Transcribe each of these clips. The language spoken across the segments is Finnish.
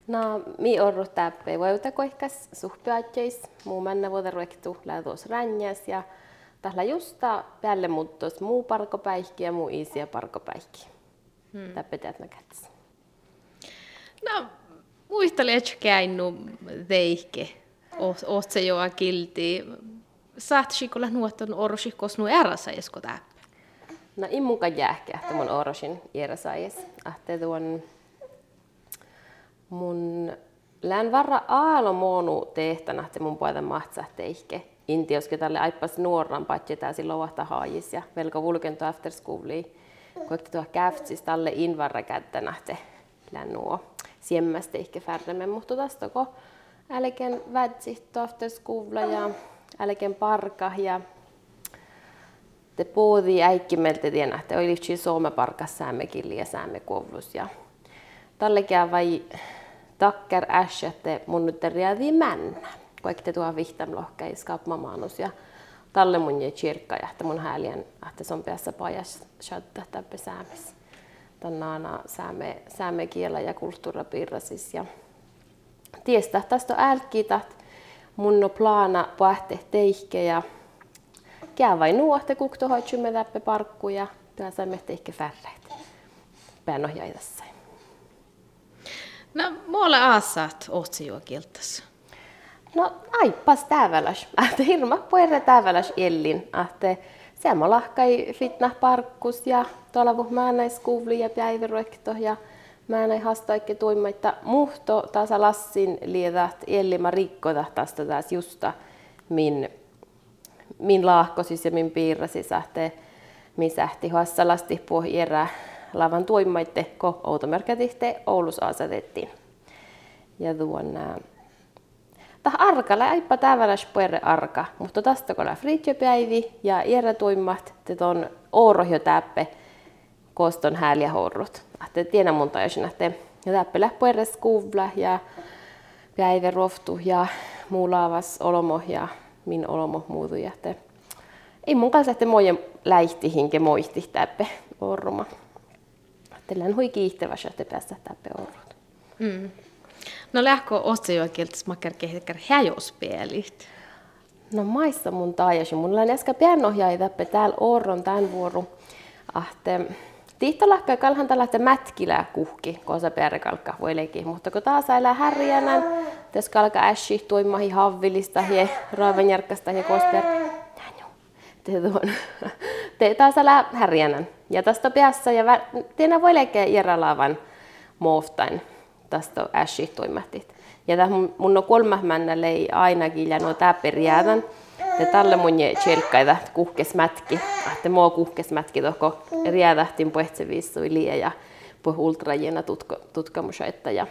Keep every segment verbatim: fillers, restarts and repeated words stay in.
No, mi orru täppei voitakoihkas suhpeatjeis, muu männä vuoda ruektu lähtuos ränjäs ja tällä justa päälle muuttos muu parkopäihki ja muu iisiä parkopäihki. Hmm. Täppei teet näkäts. No, muisteli, että käynyt teihke. Oot se joa kilti. Saatsi kun nuotton orosi kosnu erässä esko täppä? No, ei munkaan jäähkä, että mun orosin erässä ees. Ahte tuon mun lään varra aalo muonu tehtänä, että mun puolta mahtsaa teihke. Intioske tälle aippas nuoran patje tää silloin vahta haajis ja velko vulkento after schoolia. Koitti tuohon käftsis tälle invarra kättänä, että lään nuo siemmäs teihke färremme. Mutta tästä kun älkeen vätsit after schoolia ja älkeen parka ja te puhuttiin äikkimeltä tienä, että oli liittyy Suomen parkas säämekilli ja säämekovlus. Ja tälläkään vai takkar äs, että mun nyt riädii männä. Kaikki tuo vihtamlohka ja skapmamaanus ja talle mun jäi kirkka ja että mun häälien, että se on päässä pajas shatta täppä säämis. Tänään sääme, säämekielä ja kulttuurapiirrasis. Ja tiestä tästä on älkitat, mun on plana pähte teihke ja kää vai nuohte kukto hoitsumme täppä parkku ja työ saimme teihke färreet. Päänohjaidassa. No, mulle aassaat ootsi juo kiltas. No, aippas täväläs. Ahte hirma puerre täväläs ellin. Ahte semmo lahkai fitna parkkus ja tuolla vuh määnäis kuvli ja päiväruekto ja määnäi hastaikke tuimmaita muhto tasa lassin liedät ellima rikkoda tästä taas justa min min laahkosis ja min piirrasis ahte min sähti hassalasti puh erä lavan tuimmaitte ko outomerkätihte Oulus asetettiin. Ja tuon tah arkalla aippa täväläs puerre arka, mutta tästä kun on fritjöpäivi ja erätuimmat, te on oorohjo täppe koston hääliä horrut. Ahte tiedä mun tajusin, että täppe lähpuerre skuvla ja päivä roftu ja muu laavas olomo ja min olomo muutu. Ja ei mun kanssa, että mojen läihti hinke moihti täppe orruma. Ahtelen hui kiihtäväs, että päästä täppe orrut. Mm. No lähkö ostajoakilta smakkar kehitkär häjospelit? No maissa mun taajasi. Mulla on äsken pianohjaaja täppä täällä orron tämän vuoru. Ahte tihtolahka kalhan tällaista mätkilää kuhki, kun se perkalkka voilekin. Mutta kun taas elää härjänän, tässä kalka ässi tuimahi havvilista ja raavanjärkkästä ja kosper. Te tuon. Te taas elää härjänän. Ja tästä päässä ja tiedä voilekin iäralaavan muoftain. Tästä ässi toimahtit. Ja tämä mun on kolmas männä lei ainakin ja nuo täpperiäävän. Ja tälle mun jäi tjelkkaita kuhkes mätki. Että mua kuhkes mätki tohko riävähtin puhtse viissui liiä ja puh ultrajena tutkamusaita. Ja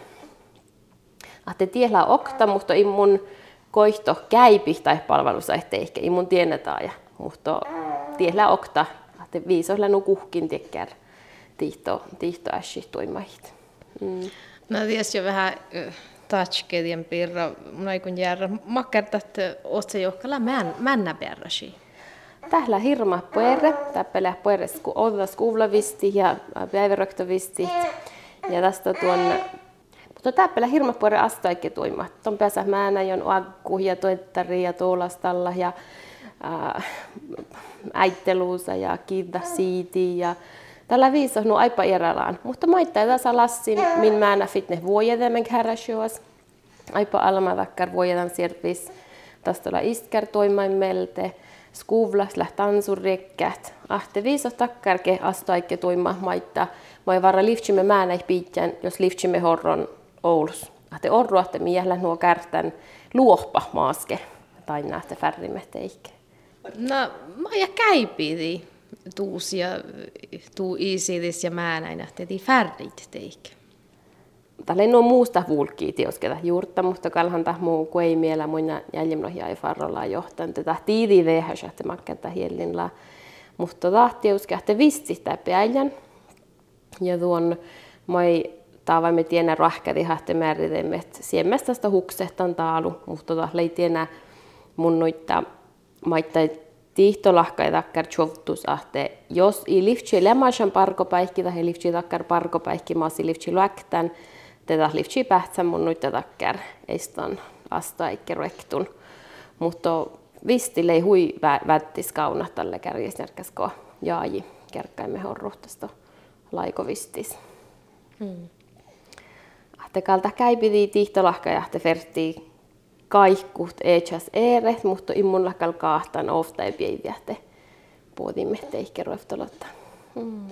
ahte tiedä okta, mutta ei mun koihto käypi tai palvelusaihte ehkä ei mun tiennetaan. Ja mutta tiedä okta, että viisoilla nu kuhkin tekkär tiihto, tiihto ässi toimahit. Mm. No ties jo vähän touchkedien piirra, mun kun jäädä makkertat ootse johkalla männä perrasi. Tällä hirma puerre, täppelä puerre odda skuvlavisti ja päiväröktovisti. Ja tästä tuon, mutta täppelä hirma puerre astaikke tuima. Ton päässä määnä jon aggu ja toittari ja tuolastalla ja äh, äitteluusa ja kiinta siiti ja tällä viisi on aipa erälaan, mutta maittaa tässä lassin, min määnä fitne vuojedemen kärräsjoas. Aipa alma vakkar vuojedan sirvis. Tästä olla iskär toimain melte, skuvlas läht tansurrekkät. Ahte viisi takkarke astaikke toima maittaa. Voi varra liftsymme määnä piitjän, jos liftsymme horron Oulus. Ahte orru, ahte miehellä nuo kärtän luohpa maaske. Tai nähtä färrimme teikki. No, mä ja käypidi. Tuus ja tuu iisidis ja määnäin nähtiin färrit teikki. Tällä ei nuo muusta vulkkii tiosketa juurta, mutta kalhan täh muu kun ei miellä muina jäljimnohjaa ei farrolla johtan. Tätä tiidi vehäs, että makkelta hiellinla. Mutta tahti uskehte visti sitä päijän. Ja tuon moi taavaimme tienä rahkädi hahte määritemme, että siemmästästä huksehtan taalu. Mutta tahti ei tienä mun noita maittai tihtolahkai takkar tjovtus ahte, jos i liftsi lämmäsän parkopäikki tai liftsi takkar parkopäikki maasi liftsi läktän, Tätä liftsi pähtsä mun nyt takkär, ei stan asta eikä rektun. Mutta visti lei hui vättis kauna tälle kärjesnärkäsko jaaji kärkkäimme horruhtasta laikovistis. Hmm. Ahte kalta käipidi tihtolahka ja ahte ferti kaikkuht eechas eeret, mutta immun lakkal kaahtan ofta ei piiviähte puodimme teikkerueftolotta. Hmm.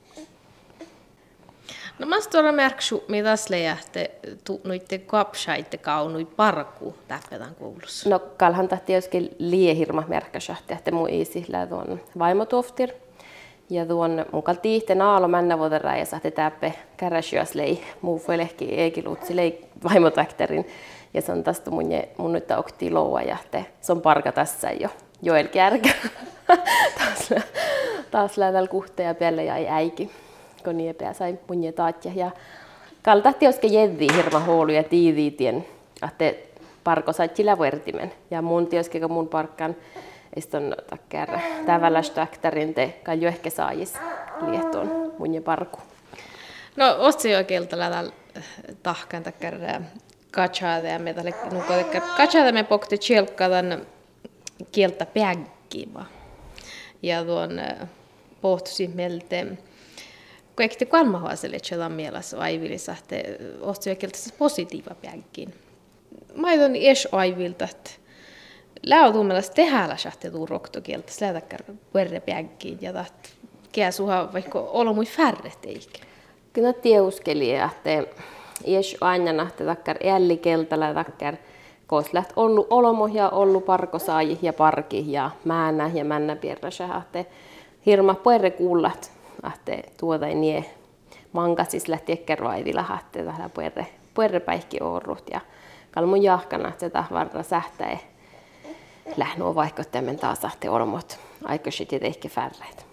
No mä stora märksu, mitä lähte nuitte kapsaitte kaunui parku täppätän koulussa. No kalhan tahti joskin liehirma märkäsahti, että mun isillä tuon vaimotoftir. Ja tuon mun kalti ihten aalo männä vuoden ja sahti täppä käräsjös lei muu lehki eikiluutsi lei vaimotäkterin. Ja se on tästä mun, mun nyt okti loua ja te, se on parka tässä jo joel kärkä. taas taas lähdellä kuhteja pelle ja ei äiki. Kun niepää sai munje taatja. Ja kaltahti joskin jeddi hirma houlu ja tiiviitien, että parko sai sillä vertimen. Ja mun tioski mun parkkaan iston takkär tävällästäktärin te kai jo ehkä saajis liehtoon munje parku. No ostsi jo kieltä lähdä tahkan takkär katsada ja me tälle katsada me pokti tjelkkadan kieltä pägkiva. Ja tuon pohtusi meiltä kaikki kalmahuaselle, että se on mielessä aivilissa, että ostui kieltä positiiva pägkiin. Mä oon ees aivilta, että lähtuu mielestä tehällä sähte tuu roktokieltä, lähtäkään verre pägkiin ja taht kää suha vaikka olo mui färret eikä. Kyllä tieuskeli, että ees aina nähtä takkar ällikeltällä takkar koslät ollut olomohja, ollut parkosaaji ja parki ja määnä ja männä pierräsä, että hirma puerre kuullat. Ahte tuota ei nie mankasis lähti ekkervaivilla hahte tähän puerre puerre päikki orrut ja kalmun jahkana tätä varra sähtäe lähnoo vaikka tämän taas ahte olmot aikoisit ja tehke färreet.